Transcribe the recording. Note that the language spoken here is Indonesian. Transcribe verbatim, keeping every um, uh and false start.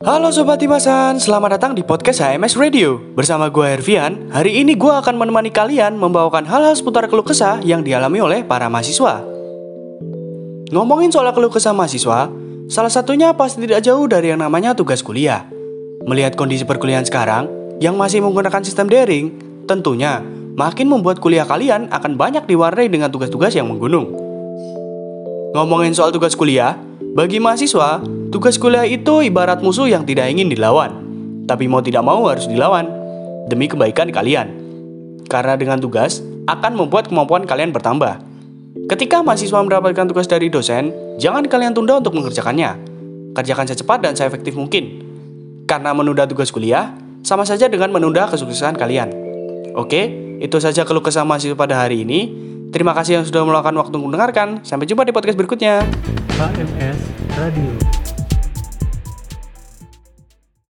Halo Sobat Timasan, selamat datang di podcast H M S Radio. Bersama gue Hervian, hari ini gue akan menemani kalian membawakan hal-hal seputar keluh kesah yang dialami oleh para mahasiswa. Ngomongin soal keluh kesah mahasiswa, salah satunya pasti tidak jauh dari yang namanya tugas kuliah. Melihat kondisi perkuliahan sekarang, yang masih menggunakan sistem daring, tentunya makin membuat kuliah kalian akan banyak diwarnai dengan tugas-tugas yang menggunung. Ngomongin soal tugas kuliah, bagi mahasiswa, tugas kuliah itu ibarat musuh yang tidak ingin dilawan, tapi mau tidak mau harus dilawan, demi kebaikan kalian. Karena dengan tugas, akan membuat kemampuan kalian bertambah. Ketika mahasiswa mendapatkan tugas dari dosen, jangan kalian tunda untuk mengerjakannya. Kerjakan secepat dan seefektif mungkin. Karena menunda tugas kuliah, sama saja dengan menunda kesuksesan kalian. Oke, itu saja keluh kesah mahasiswa pada hari ini. Terima kasih yang sudah meluangkan waktu mendengarkan. Sampai jumpa di podcast berikutnya. H M S Radio.